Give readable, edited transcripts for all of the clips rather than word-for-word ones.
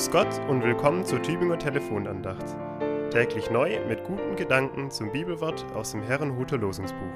Grüß Gott und willkommen zur Tübinger Telefonandacht. Täglich neu mit guten Gedanken zum Bibelwort aus dem Herrnhuter Losungsbuch.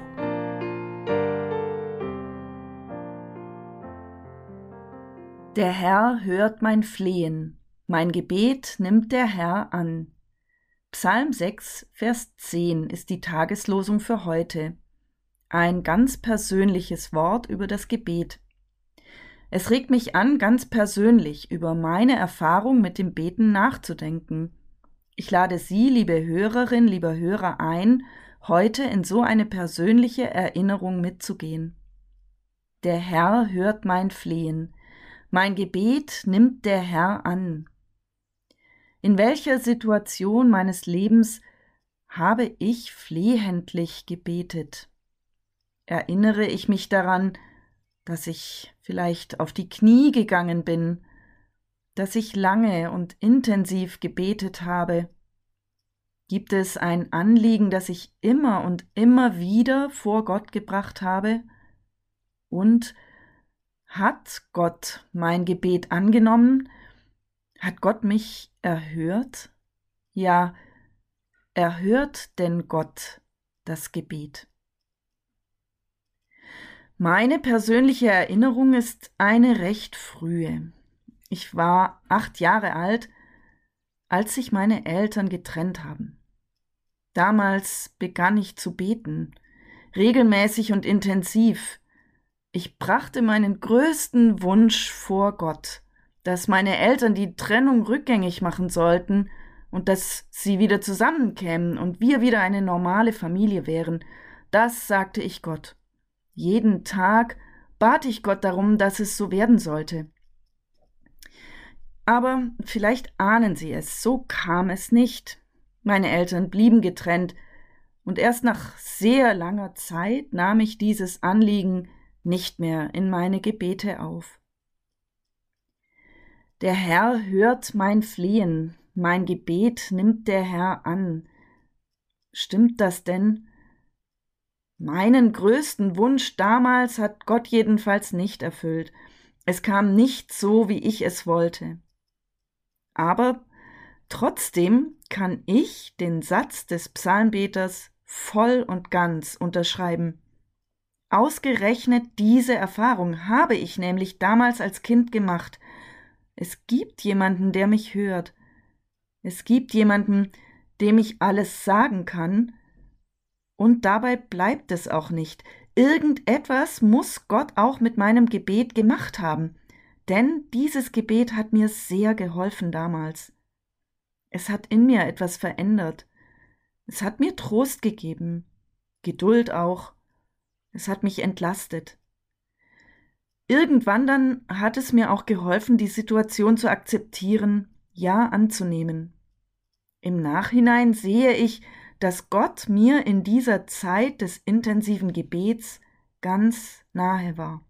Der Herr hört mein Flehen, mein Gebet nimmt der Herr an. Psalm 6, Vers 10 ist die Tageslosung für heute. Ein ganz persönliches Wort über das Gebet. Es regt mich an, ganz persönlich über meine Erfahrung mit dem Beten nachzudenken. Ich lade Sie, liebe Hörerin, lieber Hörer, ein, heute in so eine persönliche Erinnerung mitzugehen. Der Herr hört mein Flehen. Mein Gebet nimmt der Herr an. In welcher Situation meines Lebens habe ich flehentlich gebetet? Erinnere ich mich daran, dass ich vielleicht auf die Knie gegangen bin, dass ich lange und intensiv gebetet habe? Gibt es ein Anliegen, das ich immer und immer wieder vor Gott gebracht habe? Und hat Gott mein Gebet angenommen? Hat Gott mich erhört? Ja, erhört denn Gott das Gebet? Meine persönliche Erinnerung ist eine recht frühe. Ich war 8 Jahre alt, als sich meine Eltern getrennt haben. Damals begann ich zu beten, regelmäßig und intensiv. Ich brachte meinen größten Wunsch vor Gott, dass meine Eltern die Trennung rückgängig machen sollten und dass sie wieder zusammenkämen und wir wieder eine normale Familie wären. Das sagte ich Gott. Jeden Tag bat ich Gott darum, dass es so werden sollte. Aber vielleicht ahnen Sie es, so kam es nicht. Meine Eltern blieben getrennt und erst nach sehr langer Zeit nahm ich dieses Anliegen nicht mehr in meine Gebete auf. Der Herr hört mein Flehen, mein Gebet nimmt der Herr an. Stimmt das denn? Meinen größten Wunsch damals hat Gott jedenfalls nicht erfüllt. Es kam nicht so, wie ich es wollte. Aber trotzdem kann ich den Satz des Psalmbeters voll und ganz unterschreiben. Ausgerechnet diese Erfahrung habe ich nämlich damals als Kind gemacht. Es gibt jemanden, der mich hört. Es gibt jemanden, dem ich alles sagen kann. Und dabei bleibt es auch nicht. Irgendetwas muss Gott auch mit meinem Gebet gemacht haben. Denn dieses Gebet hat mir sehr geholfen damals. Es hat in mir etwas verändert. Es hat mir Trost gegeben, Geduld auch. Es hat mich entlastet. Irgendwann dann hat es mir auch geholfen, die Situation zu akzeptieren, ja anzunehmen. Im Nachhinein sehe ich, dass Gott mir in dieser Zeit des intensiven Gebets ganz nahe war.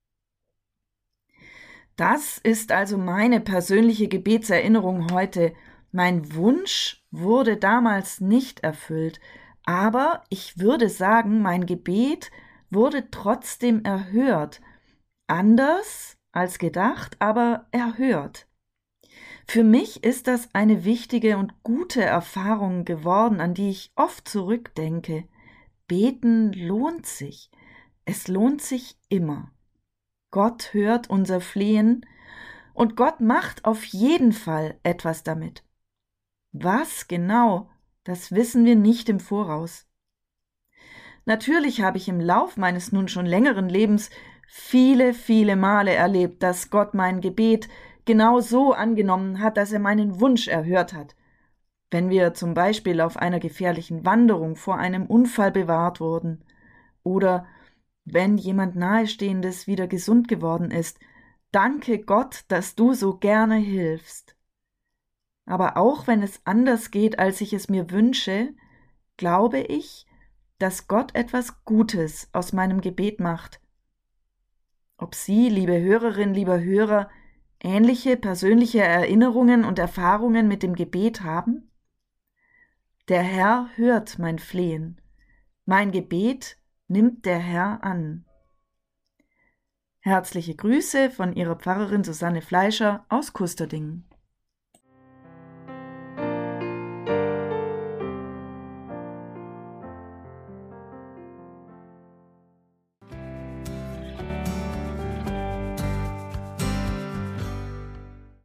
Das ist also meine persönliche Gebetserinnerung heute. Mein Wunsch wurde damals nicht erfüllt, aber ich würde sagen, mein Gebet wurde trotzdem erhört. Anders als gedacht, aber erhört. Für mich ist das eine wichtige und gute Erfahrung geworden, an die ich oft zurückdenke. Beten lohnt sich. Es lohnt sich immer. Gott hört unser Flehen und Gott macht auf jeden Fall etwas damit. Was genau, das wissen wir nicht im Voraus. Natürlich habe ich im Lauf meines nun schon längeren Lebens viele Male erlebt, dass Gott mein Gebet genau so angenommen hat, dass er meinen Wunsch erhört hat. Wenn wir zum Beispiel auf einer gefährlichen Wanderung vor einem Unfall bewahrt wurden oder wenn jemand Nahestehendes wieder gesund geworden ist, danke Gott, dass du so gerne hilfst. Aber auch wenn es anders geht, als ich es mir wünsche, glaube ich, dass Gott etwas Gutes aus meinem Gebet macht. Ob Sie, liebe Hörerin, lieber Hörer, ähnliche persönliche Erinnerungen und Erfahrungen mit dem Gebet haben? Der Herr hört mein Flehen. Mein Gebet nimmt der Herr an. Herzliche Grüße von Ihrer Pfarrerin Susanne Fleischer aus Kusterdingen.